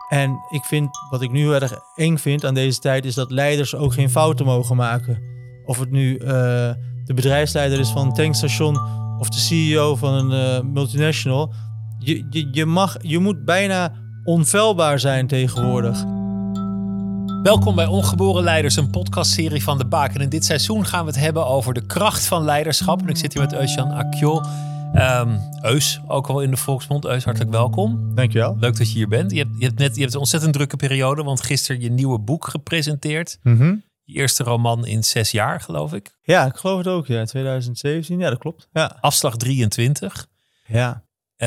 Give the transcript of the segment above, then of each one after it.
En wat ik nu heel erg eng vind aan deze tijd, is dat leiders ook geen fouten mogen maken. Of het nu de bedrijfsleider is van een tankstation of de CEO van een multinational. Je moet bijna onfeilbaar zijn tegenwoordig. Welkom bij Ongeboren Leiders, een podcastserie van De Baak. En in dit seizoen gaan we het hebben over de kracht van leiderschap. En ik zit hier met Eusjan Akjol. Eus, ook al in de volksmond. Eus, hartelijk welkom. Dankjewel. Leuk dat je hier bent. Je hebt een ontzettend drukke periode, want gisteren je nieuwe boek gepresenteerd. Mm-hmm. Je eerste roman in 6 jaar, geloof ik. Ja, ik geloof het ook. Ja, 2017. Ja, dat klopt. Ja. Afslag 23. Ja.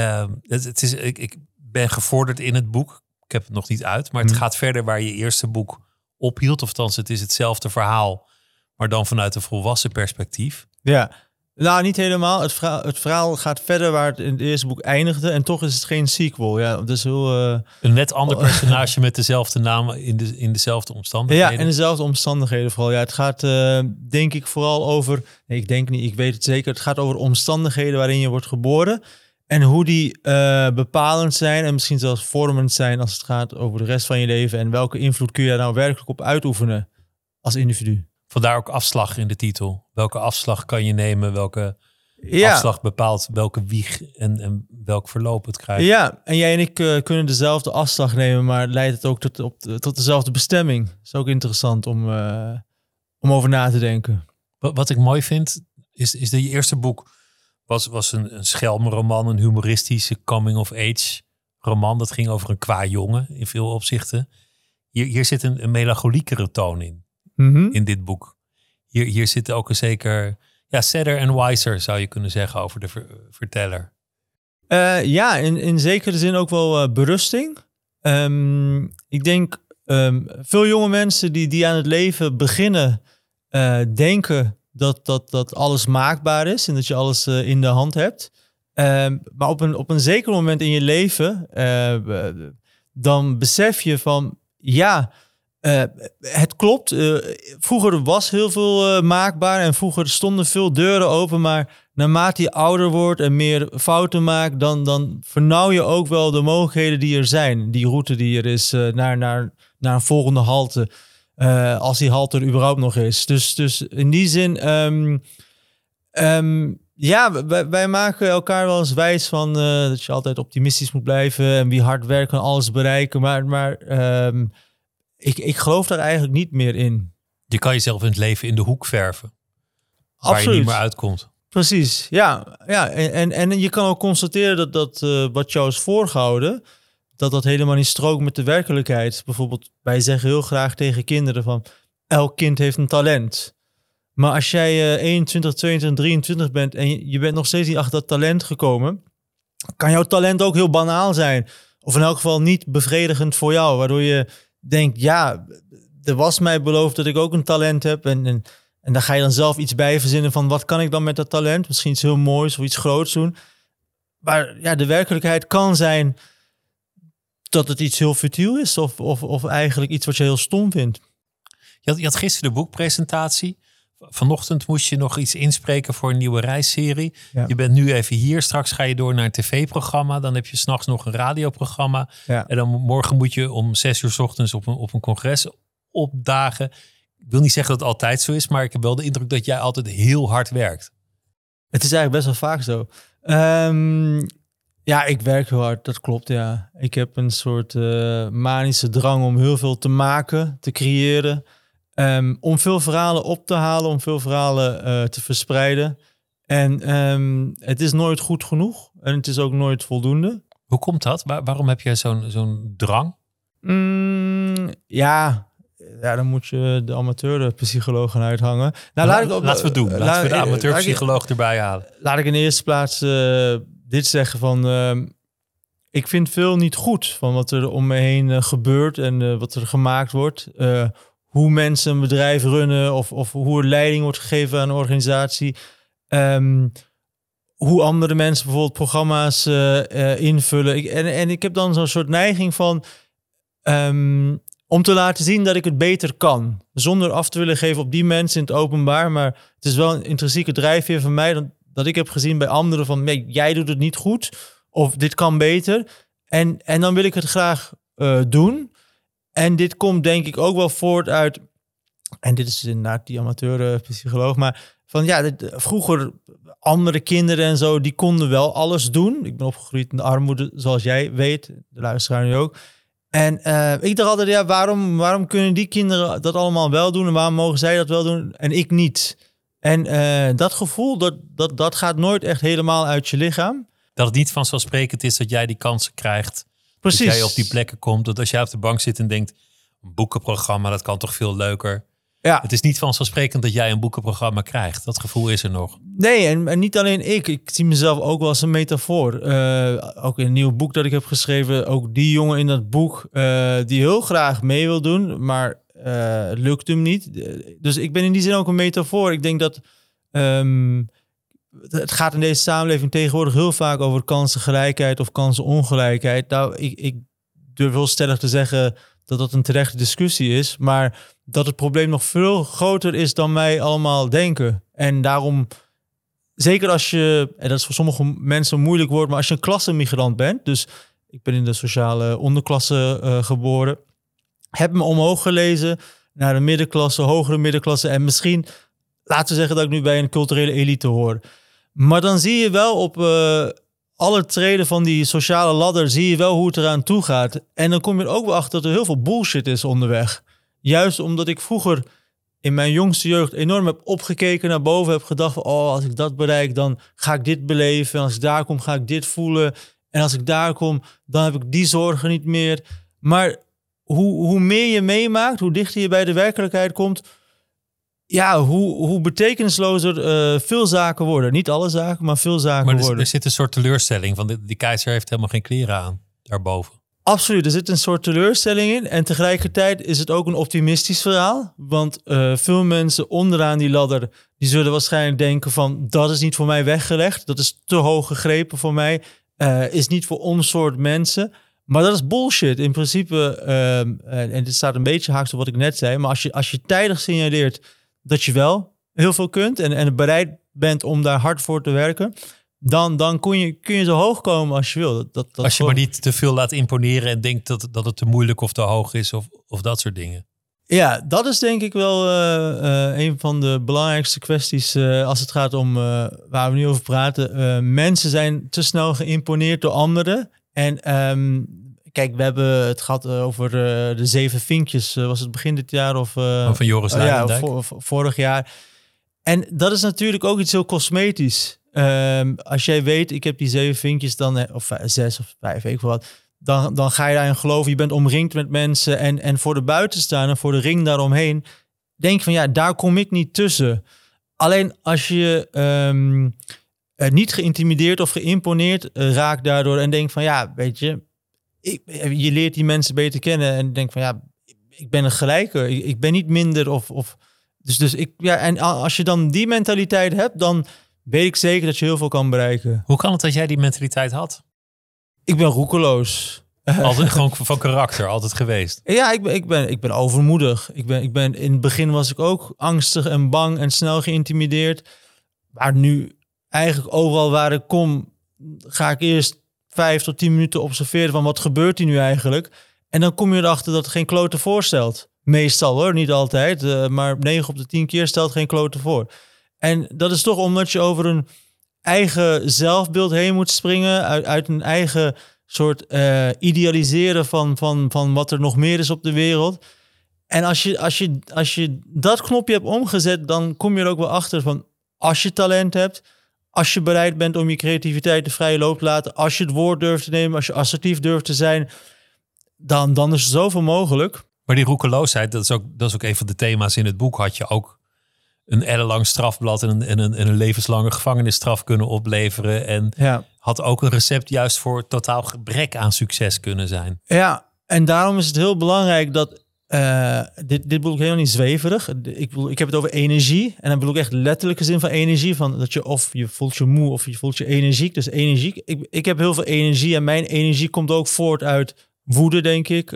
Ik ben gevorderd in het boek. Ik heb het nog niet uit, maar het gaat verder waar je eerste boek ophield. Of althans, het is hetzelfde verhaal, maar dan vanuit een volwassen perspectief. Ja, nou niet helemaal. Het verhaal gaat verder waar het in het eerste boek eindigde. En toch is het geen sequel. Ja, dus heel, een net ander personage met dezelfde naam in dezelfde omstandigheden. Ja, in dezelfde omstandigheden vooral. Ja, het gaat denk ik vooral over... Nee, ik denk niet, ik weet het zeker. Het gaat over omstandigheden waarin je wordt geboren. En hoe die bepalend zijn en misschien zelfs vormend zijn als het gaat over de rest van je leven. En welke invloed kun je daar nou werkelijk op uitoefenen als individu. Vandaar ook afslag in de titel. Welke afslag kan je nemen? Welke afslag bepaalt welke wieg en welk verloop het krijgt? Ja, en jij en ik kunnen dezelfde afslag nemen, maar leidt het ook tot dezelfde bestemming. Dat is ook interessant om over na te denken. Wat ik mooi vind, is dat je eerste boek was een schelmenroman, een humoristische coming-of-age roman. Dat ging over een kwajongen in veel opzichten. Hier zit een melancholiekere toon in. Mm-hmm. In dit boek. Hier zit ook een zeker... Ja, sadder and wiser zou je kunnen zeggen over de verteller. Ja, in zekere zin ook wel berusting. Ik denk veel jonge mensen die aan het leven beginnen denken dat alles maakbaar is en dat je alles in de hand hebt. Maar op een zeker moment in je leven dan besef je van het klopt. Vroeger was heel veel maakbaar en vroeger stonden veel deuren open. Maar naarmate je ouder wordt en meer fouten maakt, dan vernauw je ook wel de mogelijkheden die er zijn. Die route die er is naar een volgende halte. Als die halte er überhaupt nog is. Dus in die zin, wij maken elkaar wel eens wijs van dat je altijd optimistisch moet blijven. En wie hard werkt kan alles bereiken. Maar ik geloof daar eigenlijk niet meer in. Je kan jezelf in het leven in de hoek verven. Absoluut. Waar je niet meer uitkomt. Precies, ja. En je kan ook constateren dat wat jou is voorgehouden, dat helemaal niet strookt met de werkelijkheid. Bijvoorbeeld, wij zeggen heel graag tegen kinderen van, elk kind heeft een talent. Maar als jij 21, 22, 23 bent en je bent nog steeds niet achter dat talent gekomen, kan jouw talent ook heel banaal zijn. Of in elk geval niet bevredigend voor jou, waardoor je denkt, ja, er was mij beloofd dat ik ook een talent heb. En daar ga je dan zelf iets bij verzinnen van, wat kan ik dan met dat talent? Misschien iets heel moois of iets groots doen. Maar ja, de werkelijkheid kan zijn dat het iets heel futiel is of eigenlijk iets wat je heel stom vindt. Je had gisteren de boekpresentatie. Vanochtend moest je nog iets inspreken voor een nieuwe reisserie. Ja. Je bent nu even hier. Straks ga je door naar een tv-programma. Dan heb je 's nachts nog een radioprogramma. Ja. En dan morgen moet je om 6 uur 's ochtends op een congres opdagen. Ik wil niet zeggen dat het altijd zo is, maar ik heb wel de indruk dat jij altijd heel hard werkt. Het is eigenlijk best wel vaak zo. Ja, ik werk heel hard, dat klopt, ja. Ik heb een soort manische drang om heel veel te maken, te creëren. Om veel verhalen op te halen, om veel verhalen te verspreiden. En het is nooit goed genoeg en het is ook nooit voldoende. Hoe komt dat? Waarom heb jij zo'n drang? Dan moet je de amateurpsycholoog gaan uithangen. Nou, laten we het doen. Laten we de amateurpsycholoog erbij halen. Laat ik in de eerste plaats dit zeggen van, ik vind veel niet goed van wat er om me heen gebeurt en wat er gemaakt wordt. Hoe mensen een bedrijf runnen of hoe er leiding wordt gegeven aan een organisatie. Hoe andere mensen bijvoorbeeld programma's invullen. En ik heb dan zo'n soort neiging van om te laten zien dat ik het beter kan. Zonder af te willen geven op die mensen in het openbaar. Maar het is wel een intrinsieke drijfveer van mij dat ik heb gezien bij anderen van, nee, jij doet het niet goed of dit kan beter. En dan wil ik het graag doen. En dit komt denk ik ook wel voort uit... En dit is inderdaad die amateur-psycholoog, maar van vroeger andere kinderen en zo, die konden wel alles doen. Ik ben opgegroeid in de armoede, zoals jij weet, de luisteraar nu ook. En ik dacht altijd, waarom kunnen die kinderen dat allemaal wel doen en waarom mogen zij dat wel doen en ik niet? En dat gevoel, dat gaat nooit echt helemaal uit je lichaam. Dat het niet vanzelfsprekend is dat jij die kansen krijgt. Precies. Dat jij op die plekken komt. Dat als jij op de bank zit en denkt, een boekenprogramma, dat kan toch veel leuker. Ja. Het is niet vanzelfsprekend dat jij een boekenprogramma krijgt. Dat gevoel is er nog. Nee, en niet alleen ik. Ik zie mezelf ook wel als een metafoor. Ook in een nieuw boek dat ik heb geschreven. Ook die jongen in dat boek die heel graag mee wil doen, maar het lukt hem niet. Dus ik ben in die zin ook een metafoor. Ik denk dat het gaat in deze samenleving tegenwoordig heel vaak over kansengelijkheid of kansenongelijkheid. Nou, ik durf wel stellig te zeggen dat een terechte discussie is, maar dat het probleem nog veel groter is dan wij allemaal denken. En daarom, zeker als je, en dat is voor sommige mensen een moeilijk woord, maar als je een klassenmigrant bent, dus ik ben in de sociale onderklasse geboren, heb me omhoog gelezen naar de middenklasse, hogere middenklasse en misschien, laten we zeggen dat ik nu bij een culturele elite hoor. Maar dan zie je wel op alle treden van die sociale ladder, zie je wel hoe het eraan toe gaat. En dan kom je er ook wel achter dat er heel veel bullshit is onderweg. Juist omdat ik vroeger in mijn jongste jeugd enorm heb opgekeken naar boven, heb gedacht van, als ik dat bereik, dan ga ik dit beleven. En als ik daar kom, ga ik dit voelen. En als ik daar kom, dan heb ik die zorgen niet meer. Maar hoe meer je meemaakt, hoe dichter je bij de werkelijkheid komt, hoe betekenislozer veel zaken worden. Niet alle zaken, maar veel zaken worden. Maar er zit een soort teleurstelling van die keizer heeft helemaal geen kleren aan daarboven. Absoluut, er zit een soort teleurstelling in. En tegelijkertijd is het ook een optimistisch verhaal. Want veel mensen onderaan die ladder, die zullen waarschijnlijk denken van, dat is niet voor mij weggelegd. Dat is te hoog gegrepen voor mij. Is niet voor ons soort mensen. Maar dat is bullshit. In principe, en dit staat een beetje haaks op wat ik net zei, maar als je tijdig signaleert dat je wel heel veel kunt en bereid bent om daar hard voor te werken, dan kun je zo hoog komen als je wil. Als je maar niet te veel laat imponeren en denkt dat het te moeilijk of te hoog is of dat soort dingen. Ja, dat is denk ik wel een van de belangrijkste kwesties als het gaat om waar we nu over praten. Mensen zijn te snel geïmponeerd door anderen. En kijk, we hebben het gehad over de 7 vinkjes. Was het begin dit jaar? Of van Joris Luijendijk? Vorig jaar. En dat is natuurlijk ook iets heel cosmetisch. Als jij weet, ik heb die 7 vinkjes dan, of 6 of 5, weet ik wat. Dan ga je daarin geloven. Je bent omringd met mensen. En voor de buitenstaander, voor de ring daaromheen, denk van daar kom ik niet tussen. Alleen als je niet geïntimideerd of geïmponeerd raakt daardoor en denkt van weet je, je leert die mensen beter kennen en denkt van ik ben een gelijke. Ik ben niet minder of dus en als je dan die mentaliteit hebt, dan weet ik zeker dat je heel veel kan bereiken. Hoe kan het dat jij die mentaliteit had? Ik ben roekeloos. Altijd gewoon van karakter, altijd geweest. Ja, ik ben overmoedig. Ik ben in het begin was ik ook angstig en bang en snel geïntimideerd. Maar nu eigenlijk overal waar ik kom, ga ik eerst 5 tot 10 minuten observeren van wat gebeurt hier nu eigenlijk. En dan kom je erachter dat het geen klote voorstelt. Meestal hoor, niet altijd. Maar 9 op de 10 keer stelt geen klote voor. En dat is toch omdat je over een eigen zelfbeeld heen moet springen. Uit een eigen soort idealiseren van wat er nog meer is op de wereld. En als je dat knopje hebt omgezet, dan kom je er ook wel achter van, als je talent hebt, als je bereid bent om je creativiteit de vrije loop te laten, als je het woord durft te nemen, als je assertief durft te zijn, dan is er zoveel mogelijk. Maar die roekeloosheid, dat is ook een van de thema's in het boek. Had je ook een ellenlang strafblad en een levenslange gevangenisstraf kunnen opleveren. En had ook een recept juist voor totaal gebrek aan succes kunnen zijn. Ja, en daarom is het heel belangrijk dat dit bedoel ik helemaal niet zweverig. Ik heb het over energie. En dan bedoel ik echt letterlijke zin van energie. Van dat je of je voelt je moe of je voelt je energiek. Dus energiek. Ik heb heel veel energie en mijn energie komt ook voort uit woede, denk ik.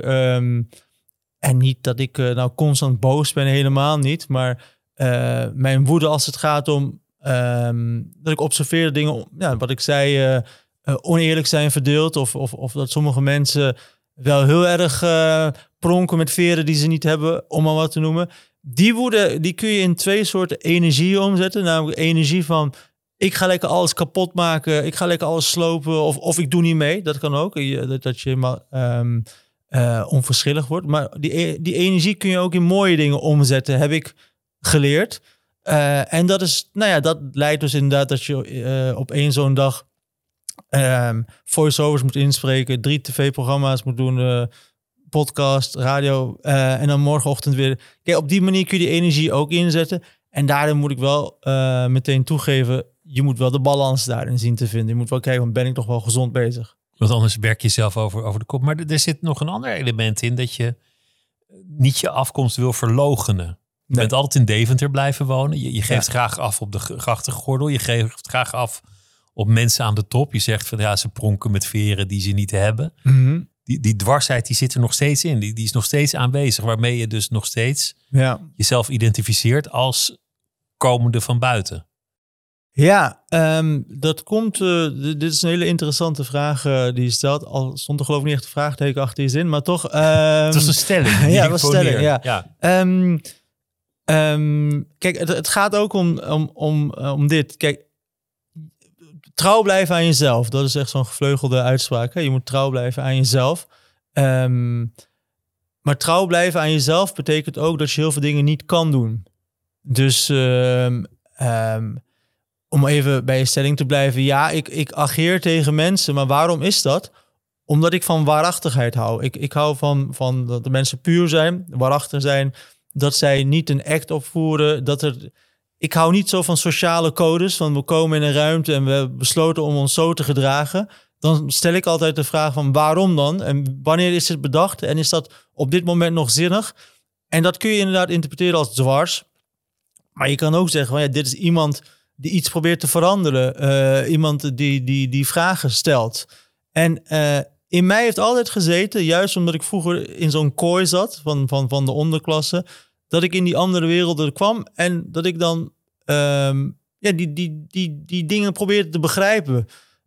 En niet dat ik nou constant boos ben, helemaal niet. Maar mijn woede als het gaat om dat ik observeer dingen, wat ik zei, oneerlijk zijn verdeeld. Of dat sommige mensen wel heel erg pronken met veren die ze niet hebben, om maar wat te noemen. Die woede, die kun je in 2 soorten energieën omzetten. Namelijk energie van, ik ga lekker alles kapot maken, ik ga lekker alles slopen, of ik doe niet mee. Dat kan ook, dat je maar onverschillig wordt. Maar die energie kun je ook in mooie dingen omzetten, heb ik geleerd. En dat is, dat leidt dus inderdaad dat je op 1 zo'n dag voice-overs moet inspreken, 3 tv-programma's moet doen, podcast, radio, en dan morgenochtend weer. Kijk, op die manier kun je die energie ook inzetten. En daarin moet ik wel meteen toegeven, je moet wel de balans daarin zien te vinden. Je moet wel kijken, ben ik toch wel gezond bezig? Want anders werk je zelf over de kop. Maar er zit nog een ander element in, dat je niet je afkomst wil verloochenen. Je bent altijd in Deventer blijven wonen. Je geeft graag af op de grachtengordel. Je geeft graag af op mensen aan de top. Je zegt van ze pronken met veren die ze niet hebben. Mm-hmm. Die dwarsheid die zit er nog steeds in. Die is nog steeds aanwezig. Waarmee je dus nog steeds jezelf identificeert als komende van buiten. Ja, dat komt... dit is een hele interessante vraag die je stelt. Al stond er geloof ik niet echt een vraagteken achter je zin. Maar toch... het was een stelling. Ja, het was een stelling, ja. Kijk, het gaat ook om dit. Kijk, trouw blijven aan jezelf. Dat is echt zo'n gevleugelde uitspraak. Hè? Je moet trouw blijven aan jezelf. Maar trouw blijven aan jezelf betekent ook dat je heel veel dingen niet kan doen. Dus om even bij je stelling te blijven. Ja, ik ageer tegen mensen. Maar waarom is dat? Omdat ik van waarachtigheid hou. Ik hou van dat de mensen puur zijn, waarachtig zijn. Dat zij niet een act opvoeren. Ik hou niet zo van sociale codes. Van we komen in een ruimte en we hebben besloten om ons zo te gedragen. Dan stel ik altijd de vraag van waarom dan? En wanneer is het bedacht? En is dat op dit moment nog zinnig? En dat kun je inderdaad interpreteren als dwars. Maar je kan ook zeggen, van, dit is iemand die iets probeert te veranderen. Iemand die vragen stelt. En in mij heeft altijd gezeten, juist omdat ik vroeger in zo'n kooi zat van de onderklasse, dat ik in die andere werelden kwam en dat ik dan die dingen probeerde te begrijpen.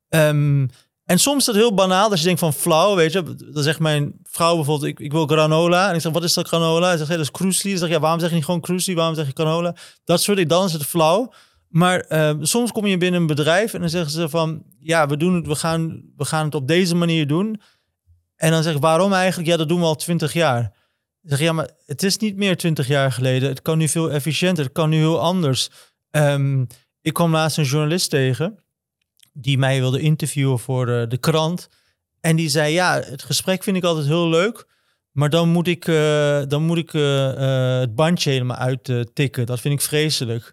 En soms is dat heel banaal, als je denkt van flauw, weet je. Dan zegt mijn vrouw bijvoorbeeld, ik wil granola. En ik zeg, wat is dat granola? Hij zegt, dat is Kroesli. Dan zeg ik, waarom zeg je niet gewoon Kroesli? Waarom zeg je granola? Dat soort dingen, dan is het flauw. Maar soms kom je binnen een bedrijf en dan zeggen ze van, we gaan het op deze manier doen. En dan zeg ik, waarom eigenlijk? Ja, dat doen we al 20 jaar. Dan zeg ik, maar het is niet meer 20 jaar geleden. Het kan nu veel efficiënter. Het kan nu heel anders. Ik kwam laatst een journalist tegen die mij wilde interviewen voor de krant. En die zei, het gesprek vind ik altijd heel leuk. Maar dan moet ik het bandje helemaal uittikken. Dat vind ik vreselijk.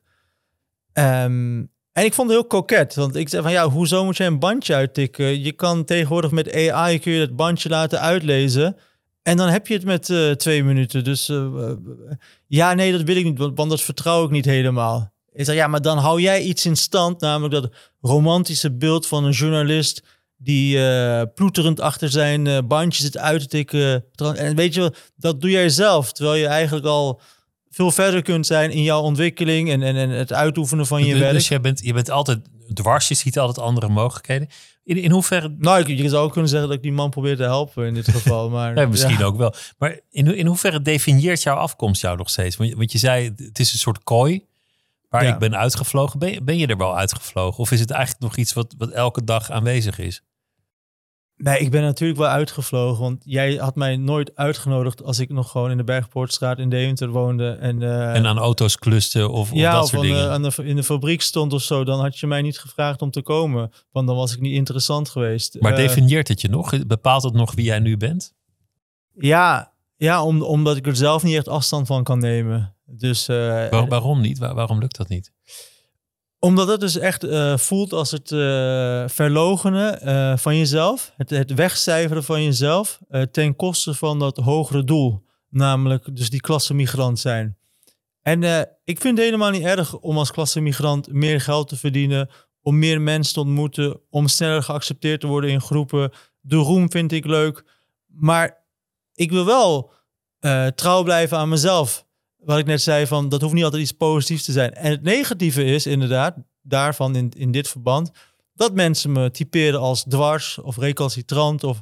En ik vond het heel koket. Want ik zei van, hoezo moet je een bandje uittikken? Je kan tegenwoordig met AI kun je het bandje laten uitlezen. En dan heb je het met 2 minuten. Dus nee, dat wil ik niet. Want dat vertrouw ik niet helemaal. Ik zeg, maar dan hou jij iets in stand. Namelijk dat romantische beeld van een journalist die ploeterend achter zijn bandje zit uit te tikken. En weet je, dat doe jij zelf. Terwijl je eigenlijk al veel verder kunt zijn in jouw ontwikkeling en het uitoefenen van je werk. Dus je bent altijd dwars, je ziet altijd andere mogelijkheden. In hoeverre... Nou, je zou ook kunnen zeggen dat ik die man probeer te helpen in dit geval. Maar misschien ook wel. Maar in hoeverre definieert jouw afkomst jou nog steeds? Want je zei, het is een soort kooi waar ik ben uitgevlogen. Ben je er wel uitgevlogen? Of is het eigenlijk nog iets wat elke dag aanwezig is? Nee, ik ben natuurlijk wel uitgevlogen. Want jij had mij nooit uitgenodigd als ik nog gewoon in de Bergpoortstraat in Deventer woonde. En aan auto's kluste of dat soort dingen. In de fabriek stond of zo. Dan had je mij niet gevraagd om te komen. Want dan was ik niet interessant geweest. Maar definieert het je nog? Bepaalt het nog wie jij nu bent? Ja, omdat ik er zelf niet echt afstand van kan nemen. Dus, waarom niet? Waarom lukt dat niet? Omdat het dus echt voelt als het verloochenen van jezelf. Het wegcijferen van jezelf ten koste van dat hogere doel. Namelijk dus die klassemigrant zijn. En ik vind het helemaal niet erg om als klassemigrant meer geld te verdienen. Om meer mensen te ontmoeten. Om sneller geaccepteerd te worden in groepen. De roem vind ik leuk. Maar ik wil wel trouw blijven aan mezelf. Wat ik net zei, van dat hoeft niet altijd iets positiefs te zijn. En het negatieve is inderdaad, daarvan in dit verband, dat mensen me typeren als dwars of recalcitrant of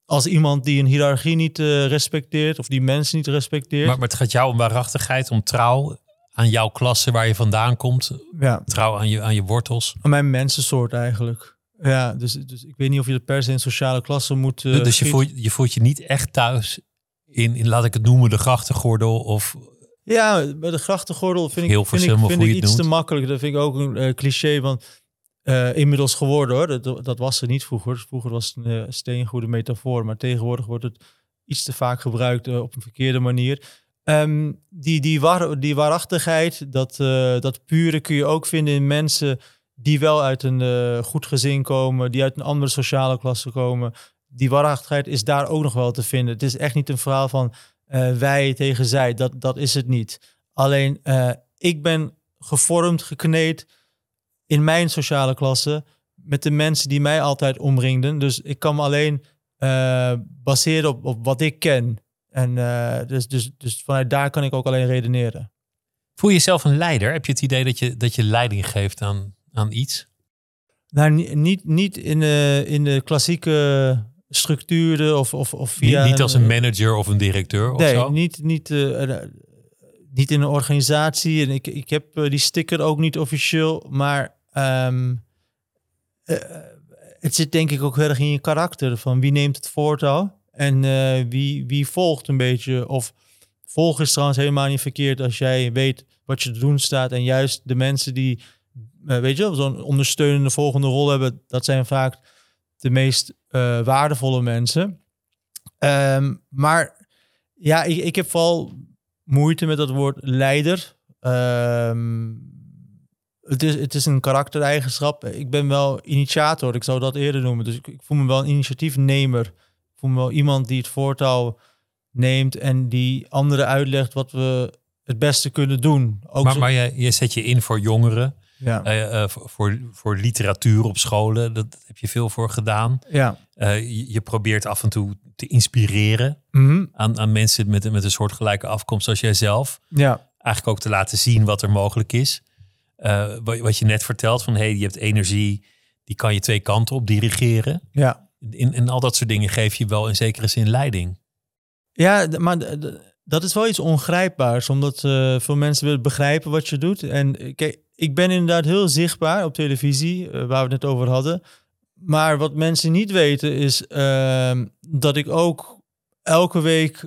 als iemand die een hiërarchie niet respecteert of die mensen niet respecteert. Maar het gaat jou om waarachtigheid, om trouw aan jouw klasse waar je vandaan komt. Ja. Trouw aan je wortels. Aan mijn mensensoort eigenlijk. Ja, dus ik weet niet of je het per se in sociale klasse moet... dus je voelt je niet echt thuis in, laat ik het noemen, de grachtengordel of... Ja, bij de grachtengordel vind ik iets te makkelijk. Dat vind ik ook een cliché van inmiddels geworden hoor. Dat was er niet vroeger. Vroeger was het een steengoede metafoor. Maar tegenwoordig wordt het iets te vaak gebruikt op een verkeerde manier. Die waarachtigheid, dat pure kun je ook vinden in mensen die wel uit een goed gezin komen, die uit een andere sociale klasse komen. Die waarachtigheid is daar ook nog wel te vinden. Het is echt niet een verhaal van wij tegen zij. Dat is het niet. Alleen ik ben gevormd, gekneed in mijn sociale klasse met de mensen die mij altijd omringden. Dus ik kan me alleen baseren op wat ik ken. En dus vanuit daar kan ik ook alleen redeneren. Voel je jezelf een leider? Heb je het idee dat je leiding geeft aan iets? Nou, niet in de klassieke structuren of via... Niet als een manager of een directeur of zo? Nee, niet in een organisatie. En ik heb die sticker ook niet officieel. Maar het zit denk ik ook heel erg in je karakter. Van wie neemt het voortouw? En wie volgt een beetje? Of volgen is trouwens helemaal niet verkeerd als jij weet wat je te doen staat. En juist de mensen die, weet je, zo'n ondersteunende volgende rol hebben, dat zijn vaak de meest waardevolle mensen. Maar ja, ik heb vooral moeite met dat woord leider. Het is een karaktereigenschap. Ik ben wel initiator, ik zou dat eerder noemen. Dus ik voel me wel een initiatiefnemer. Ik voel me wel iemand die het voortouw neemt en die anderen uitlegt wat we het beste kunnen doen. Ook maar je zet je in voor jongeren. Ja. Voor literatuur op scholen, dat heb je veel voor gedaan. Ja. Je probeert af en toe te inspireren aan mensen met een soortgelijke afkomst als jijzelf. Ja. Eigenlijk ook te laten zien wat er mogelijk is. Wat je net vertelt van je hebt energie, die kan je twee kanten op dirigeren. Ja. In al dat soort dingen geef je wel in zekere zin leiding. Ja, maar dat is wel iets ongrijpbaars, omdat veel mensen willen begrijpen wat je doet. En kijk, ik ben inderdaad heel zichtbaar op televisie, waar we het net over hadden. Maar wat mensen niet weten is dat ik ook elke week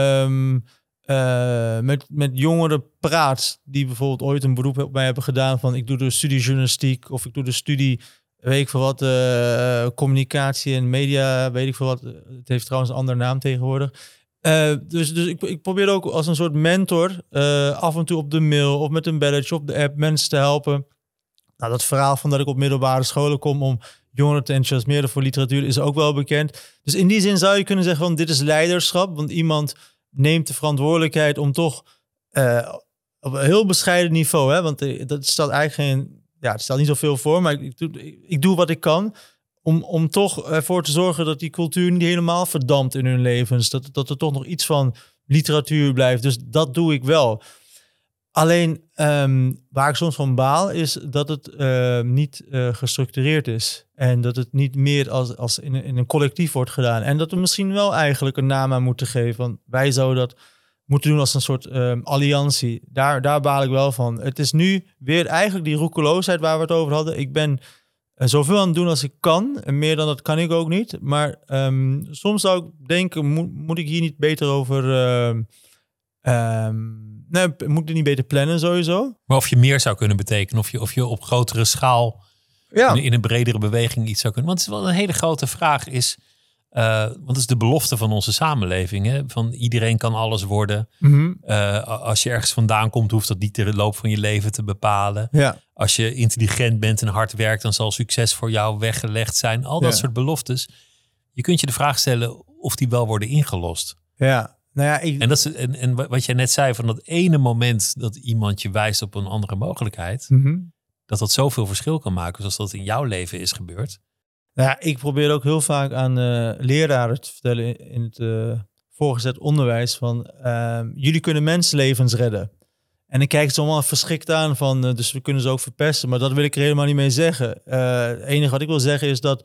met jongeren praat die bijvoorbeeld ooit een beroep op mij hebben gedaan van ik doe de studie journalistiek of ik doe de studie, weet ik veel wat, communicatie en media, weet ik veel wat. Het heeft trouwens een andere naam tegenwoordig. Dus ik probeer ook als een soort mentor af en toe op de mail of met een belletje op de app mensen te helpen. Nou, dat verhaal van dat ik op middelbare scholen kom om jongeren te enthousiasmeren voor literatuur is ook wel bekend. Dus in die zin zou je kunnen zeggen van dit is leiderschap, want iemand neemt de verantwoordelijkheid om toch op een heel bescheiden niveau, hè, want dat stelt eigenlijk geen, ja, het stelt niet zoveel voor, maar ik doe wat ik kan. Om toch ervoor te zorgen dat die cultuur niet helemaal verdampt in hun levens. Dat er toch nog iets van literatuur blijft. Dus dat doe ik wel. Alleen waar ik soms van baal is dat het niet gestructureerd is. En dat het niet meer als in een collectief wordt gedaan. En dat we misschien wel eigenlijk een naam aan moeten geven. Want wij zouden dat moeten doen als een soort alliantie. Daar baal ik wel van. Het is nu weer eigenlijk die roekeloosheid waar we het over hadden. Ik ben zoveel aan het doen als ik kan. En meer dan dat kan ik ook niet. Maar soms zou ik denken, moet ik hier niet beter over... nee, moet ik het niet beter plannen sowieso? Maar of je meer zou kunnen betekenen. Of je op grotere schaal in een bredere beweging iets zou kunnen. Want het is wel een hele grote vraag is... want het is de belofte van onze samenleving. Hè? Van iedereen kan alles worden. Mm-hmm. Als je ergens vandaan komt, hoeft dat niet de loop van je leven te bepalen. Ja. Als je intelligent bent en hard werkt, dan zal succes voor jou weggelegd zijn. Al dat soort beloftes. Je kunt je de vraag stellen of die wel worden ingelost. Ja. Nou ja, en wat jij net zei, van dat ene moment dat iemand je wijst op een andere mogelijkheid, dat zoveel verschil kan maken zoals dat in jouw leven is gebeurd. Nou ja, ik probeer ook heel vaak aan leraren te vertellen in het voorgezet onderwijs van jullie kunnen mensenlevens redden. En dan kijken ze allemaal verschrikt aan van dus we kunnen ze ook verpesten, maar dat wil ik er helemaal niet mee zeggen. Het enige wat ik wil zeggen is dat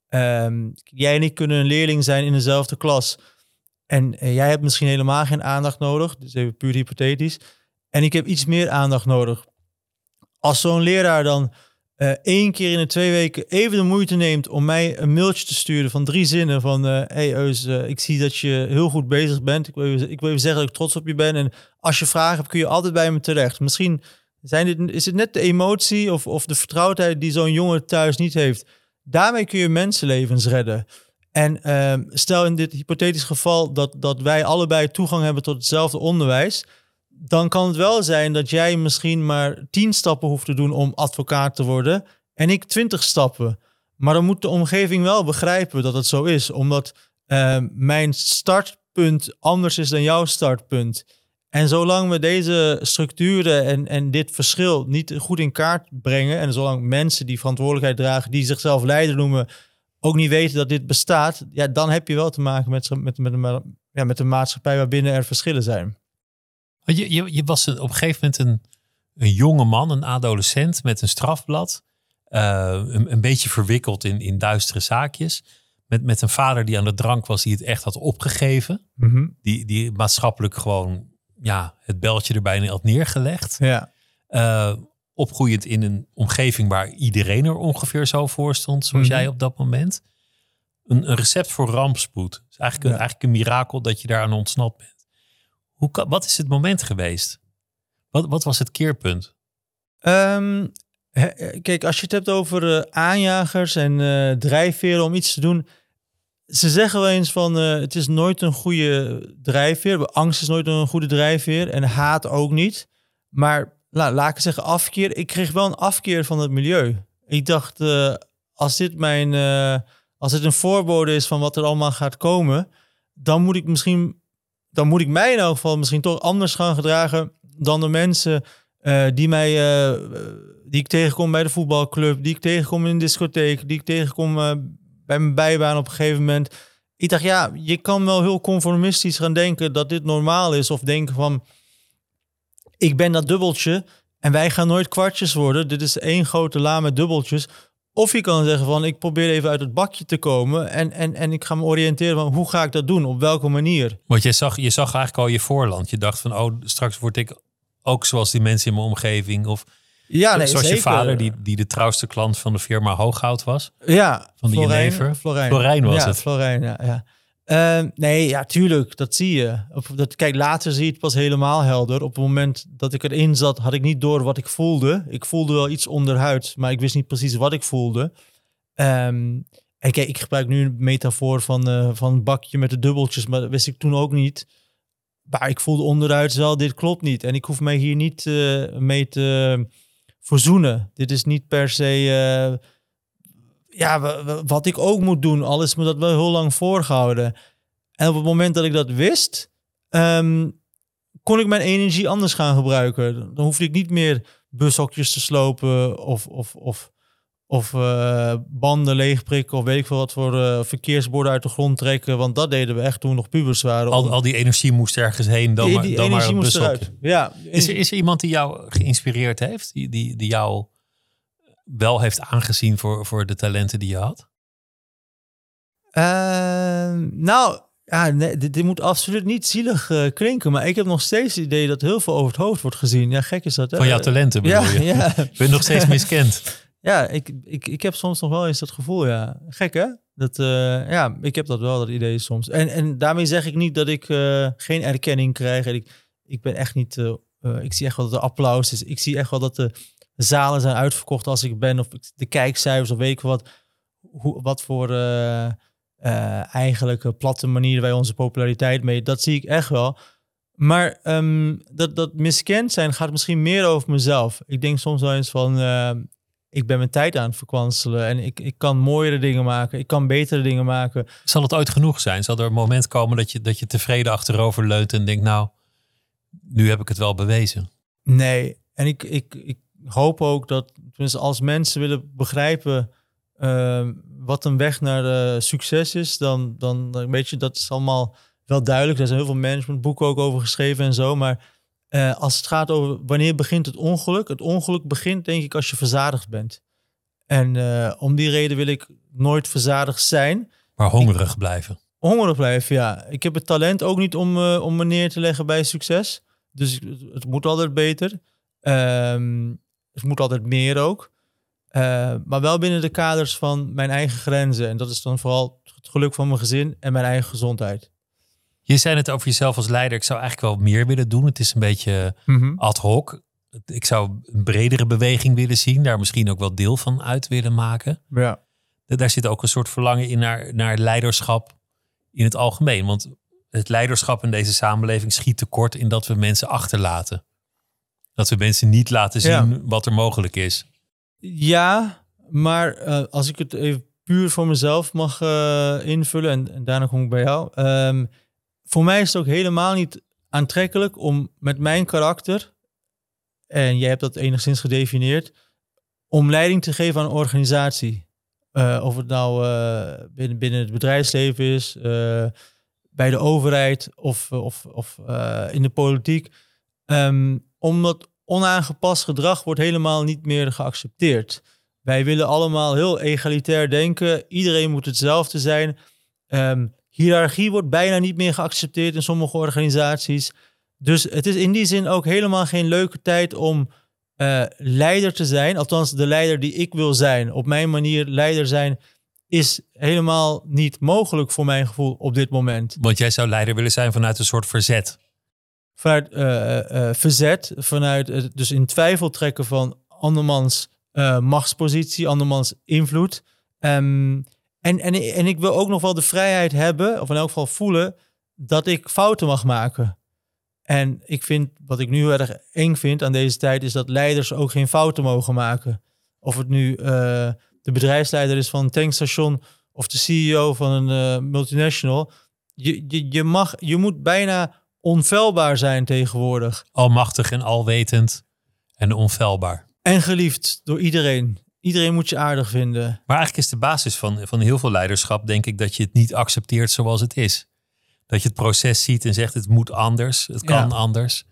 Jij en ik kunnen een leerling zijn in dezelfde klas. En jij hebt misschien helemaal geen aandacht nodig. Dus even puur hypothetisch. En ik heb iets meer aandacht nodig. Als zo'n leraar dan 1 keer in de 2 weken even de moeite neemt om mij een mailtje te sturen van 3 zinnen van hey Eus, ik zie dat je heel goed bezig bent. Ik wil even zeggen dat ik trots op je ben. En als je vragen hebt, kun je altijd bij me terecht. Misschien is het net de emotie of de vertrouwdheid die zo'n jongen thuis niet heeft. Daarmee kun je mensenlevens redden. En stel in dit hypothetisch geval dat wij allebei toegang hebben tot hetzelfde onderwijs, dan kan het wel zijn dat jij misschien maar 10 stappen hoeft te doen om advocaat te worden en ik 20 stappen. Maar dan moet de omgeving wel begrijpen dat het zo is, omdat mijn startpunt anders is dan jouw startpunt. En zolang we deze structuren en dit verschil niet goed in kaart brengen, en zolang mensen die verantwoordelijkheid dragen, die zichzelf leider noemen, ook niet weten dat dit bestaat, ja, dan heb je wel te maken met een maatschappij waarbinnen er verschillen zijn. Je was op een gegeven moment een jonge man, een adolescent met een strafblad. Een beetje verwikkeld in duistere zaakjes. Met een vader die aan de drank was, die het echt had opgegeven. Mm-hmm. Die maatschappelijk gewoon het beltje erbij had neergelegd. Ja. Opgroeiend in een omgeving waar iedereen er ongeveer zo voor stond, zoals jij op dat moment. Een recept voor rampspoed. Het is eigenlijk een mirakel dat je daaraan ontsnapt bent. Wat is het moment geweest? Wat was het keerpunt? Kijk, als je het hebt over aanjagers en drijfveren om iets te doen. Ze zeggen wel eens van het is nooit een goede drijfveer. Angst is nooit een goede drijfveer en haat ook niet. Maar laat ik zeggen afkeer. Ik kreeg wel een afkeer van het milieu. Ik dacht, als dit een voorbode is van wat er allemaal gaat komen, dan moet ik mij in elk geval misschien toch anders gaan gedragen dan de mensen die ik tegenkom bij de voetbalclub, die ik tegenkom in een discotheek, die ik tegenkom bij mijn bijbaan op een gegeven moment. Ik dacht, ja, je kan wel heel conformistisch gaan denken dat dit normaal is, of denken van, ik ben dat dubbeltje en wij gaan nooit kwartjes worden. Dit is 1 grote la met dubbeltjes. Of je kan zeggen van, ik probeer even uit het bakje te komen en ik ga me oriënteren van, hoe ga ik dat doen? Op welke manier? Want je zag eigenlijk al je voorland. Je dacht van, straks word ik ook zoals die mensen in mijn omgeving. Of zoals zeker. Je vader, die de trouwste klant van de firma Hooghout was. Ja, van de Jenever. Florijn was het. Florijn, ja. Nee, ja, tuurlijk, dat zie je. Kijk, later zie je het pas helemaal helder. Op het moment dat ik erin zat, had ik niet door wat ik voelde. Ik voelde wel iets onderhuid, maar ik wist niet precies wat ik voelde. En kijk, ik gebruik nu een metafoor van een bakje met de dubbeltjes, maar dat wist ik toen ook niet. Maar ik voelde onderuit wel, dit klopt niet. En ik hoef mij hier niet mee te verzoenen. Dit is niet per se wat ik ook moet doen. Al is me dat wel heel lang voorgehouden. En op het moment dat ik dat wist, kon ik mijn energie anders gaan gebruiken. Dan hoefde ik niet meer bushokjes te slopen of banden leegprikken of weet ik veel wat voor verkeersborden uit de grond trekken. Want dat deden we echt toen we nog pubers waren. Al die energie moest ergens heen dan maar een moest bushokje. eruit. Ja. Is er iemand die jou geïnspireerd heeft? Die jou wel heeft aangezien voor de talenten die je had? Dit moet absoluut niet zielig klinken. Maar ik heb nog steeds het idee dat heel veel over het hoofd wordt gezien. Ja, gek is dat. Hè? Van jouw talenten bedoel je? Ja. Ik ben nog steeds miskend. Ja, ik heb soms nog wel eens dat gevoel, ja. Gek, hè? Ik heb dat wel, dat idee soms. En daarmee zeg ik niet dat ik geen erkenning krijg. En ik ben echt niet... ik zie echt wel dat er applaus is. Ik zie echt wel dat de zalen zijn uitverkocht als ik ben. Of de kijkcijfers of weet ik wat voor eigenlijk platte manieren wij onze populariteit mee. Dat zie ik echt wel. Maar dat miskend zijn gaat misschien meer over mezelf. Ik denk soms wel eens van... ik ben mijn tijd aan het verkwanselen en ik kan mooiere dingen maken. Ik kan betere dingen maken. Zal het ooit genoeg zijn? Zal er een moment komen dat je tevreden achterover leunt en denkt, nou, nu heb ik het wel bewezen? Nee, en ik hoop ook dat als mensen willen begrijpen wat een weg naar succes is, dan weet je, dat is allemaal wel duidelijk. Er zijn heel veel managementboeken ook over geschreven en zo, maar als het gaat over wanneer begint het ongeluk begint denk ik als je verzadigd bent. En om die reden wil ik nooit verzadigd zijn. Maar hongerig blijven. Hongerig blijven, ja. Ik heb het talent ook niet om me neer te leggen bij succes. Dus het moet altijd beter. Het moet altijd meer ook. Maar wel binnen de kaders van mijn eigen grenzen. En dat is dan vooral het geluk van mijn gezin en mijn eigen gezondheid. Je zei het over jezelf als leider. Ik zou eigenlijk wel meer willen doen. Het is een beetje ad hoc. Ik zou een bredere beweging willen zien. Daar misschien ook wel deel van uit willen maken. Ja. Daar zit ook een soort verlangen in naar leiderschap in het algemeen. Want het leiderschap in deze samenleving schiet tekort in dat we mensen achterlaten. Dat we mensen niet laten zien wat er mogelijk is. Ja, maar als ik het even puur voor mezelf mag invullen... en daarna kom ik bij jou... voor mij is het ook helemaal niet aantrekkelijk om met mijn karakter... en jij hebt dat enigszins gedefinieerd... om leiding te geven aan een organisatie. Of het nou binnen het bedrijfsleven is... bij de overheid of in de politiek. Omdat onaangepast gedrag wordt helemaal niet meer geaccepteerd. Wij willen allemaal heel egalitair denken. Iedereen moet hetzelfde zijn. Hiërarchie wordt bijna niet meer geaccepteerd in sommige organisaties. Dus het is in die zin ook helemaal geen leuke tijd om leider te zijn. Althans, de leider die ik wil zijn. Op mijn manier leider zijn is helemaal niet mogelijk voor mijn gevoel op dit moment. Want jij zou leider willen zijn vanuit een soort verzet. Vanuit verzet, vanuit dus in twijfel trekken van andermans machtspositie, andermans invloed. En ik wil ook nog wel de vrijheid hebben, of in elk geval voelen, dat ik fouten mag maken. En ik vind, wat ik nu heel erg eng vind aan deze tijd, is dat leiders ook geen fouten mogen maken. Of het nu de bedrijfsleider is van een tankstation of de CEO van een multinational. Je moet bijna onfeilbaar zijn tegenwoordig. Almachtig en alwetend en onfeilbaar. En geliefd door iedereen. Iedereen moet je aardig vinden. Maar eigenlijk is de basis van heel veel leiderschap, denk ik, dat je het niet accepteert zoals het is. Dat je het proces ziet en zegt het moet anders, het kan anders.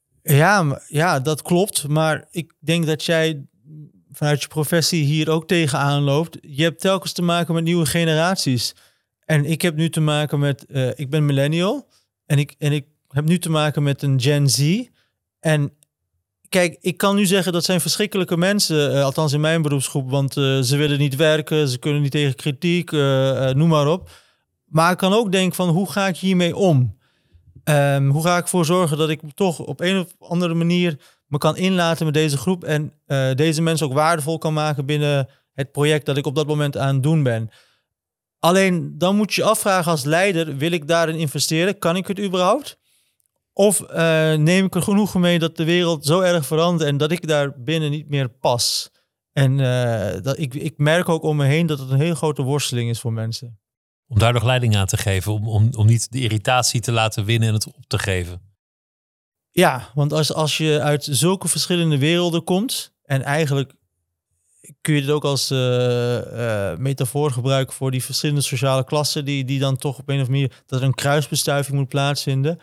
Ja, dat klopt. Maar ik denk dat jij vanuit je professie hier ook tegenaan loopt. Je hebt telkens te maken met nieuwe generaties. En ik heb nu te maken met... ik ben millennial. En ik heb nu te maken met een Gen Z. En kijk, ik kan nu zeggen dat zijn verschrikkelijke mensen. Althans in mijn beroepsgroep. Want ze willen niet werken. Ze kunnen niet tegen kritiek. Noem maar op. Maar ik kan ook denken van, hoe ga ik hiermee om? Hoe ga ik ervoor zorgen dat ik toch op een of andere manier me kan inlaten met deze groep en deze mensen ook waardevol kan maken binnen het project dat ik op dat moment aan het doen ben. Alleen dan moet je afvragen als leider, wil ik daarin investeren? Kan ik het überhaupt? Of neem ik er genoegen mee dat de wereld zo erg verandert en dat ik daar binnen niet meer pas? En ik merk ook om me heen dat het een heel grote worsteling is voor mensen. Om daar nog leiding aan te geven, om niet de irritatie te laten winnen en het op te geven. Ja, want als je uit zulke verschillende werelden komt, en eigenlijk kun je het ook als metafoor gebruiken voor die verschillende sociale klassen, die dan toch op een of andere manier, dat er een kruisbestuiving moet plaatsvinden.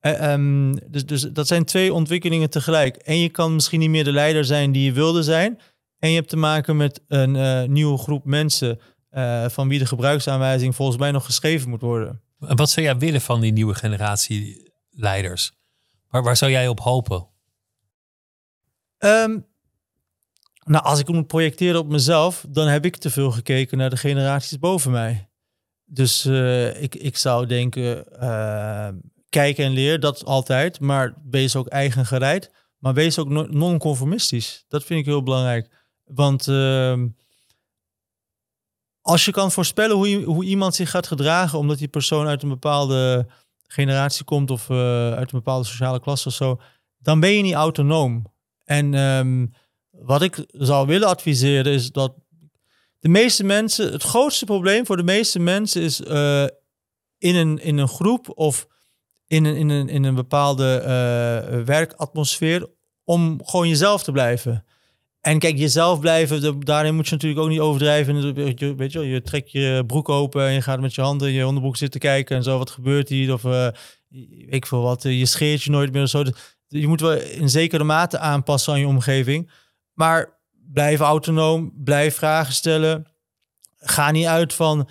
Dus dat zijn twee ontwikkelingen tegelijk. En je kan misschien niet meer de leider zijn die je wilde zijn. En je hebt te maken met een nieuwe groep mensen van wie de gebruiksaanwijzing volgens mij nog geschreven moet worden. En wat zou jij willen van die nieuwe generatie leiders? Waar zou jij op hopen? Nou, als ik moet projecteren op mezelf, dan heb ik te veel gekeken naar de generaties boven mij. Dus ik zou denken, kijken en leer, dat altijd. Maar wees ook eigengereid. Maar wees ook non-conformistisch. Dat vind ik heel belangrijk. Want als je kan voorspellen hoe iemand zich gaat gedragen, omdat die persoon uit een bepaalde generatie komt of uit een bepaalde sociale klasse of zo, dan ben je niet autonoom. En wat ik zou willen adviseren is dat de meeste mensen, het grootste probleem voor de meeste mensen is in een groep of in een bepaalde werkatmosfeer om gewoon jezelf te blijven. En kijk, jezelf blijven, daarin moet je natuurlijk ook niet overdrijven. Weet je, je trekt je broek open en je gaat met je handen in je onderbroek zitten kijken en zo, wat gebeurt hier? Of ik veel wat, je scheert je nooit meer of zo. Je moet wel in zekere mate aanpassen aan je omgeving. Maar blijf autonoom, blijf vragen stellen. Ga niet uit van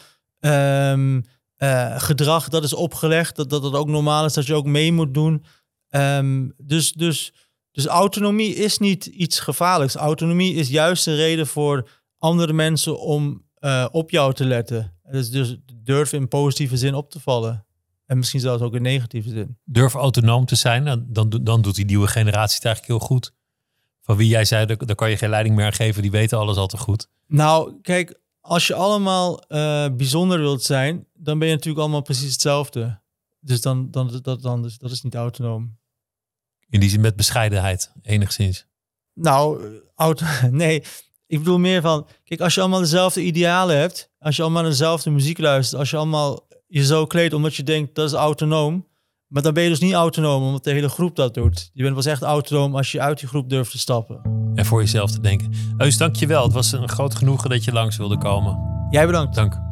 gedrag dat is opgelegd, dat het ook normaal is dat je ook mee moet doen. Dus autonomie is niet iets gevaarlijks. Autonomie is juist een reden voor andere mensen om op jou te letten. Dus durf in positieve zin op te vallen. En misschien zelfs ook in negatieve zin. Durf autonoom te zijn, dan doet die nieuwe generatie het eigenlijk heel goed. Van wie jij zei, daar kan je geen leiding meer aan geven. Die weten alles al te goed. Nou, kijk, als je allemaal bijzonder wilt zijn, dan ben je natuurlijk allemaal precies hetzelfde. Dus dat is niet autonoom. In die zin met bescheidenheid, enigszins. Nou, nee. Ik bedoel meer van, kijk, als je allemaal dezelfde idealen hebt, als je allemaal dezelfde muziek luistert, als je allemaal je zo kleedt omdat je denkt dat is autonoom, maar dan ben je dus niet autonoom omdat de hele groep dat doet. Je bent pas echt autonoom als je uit die groep durft te stappen. En voor jezelf te denken. Eus, dank je wel. Het was een groot genoegen dat je langs wilde komen. Jij bedankt. Dank.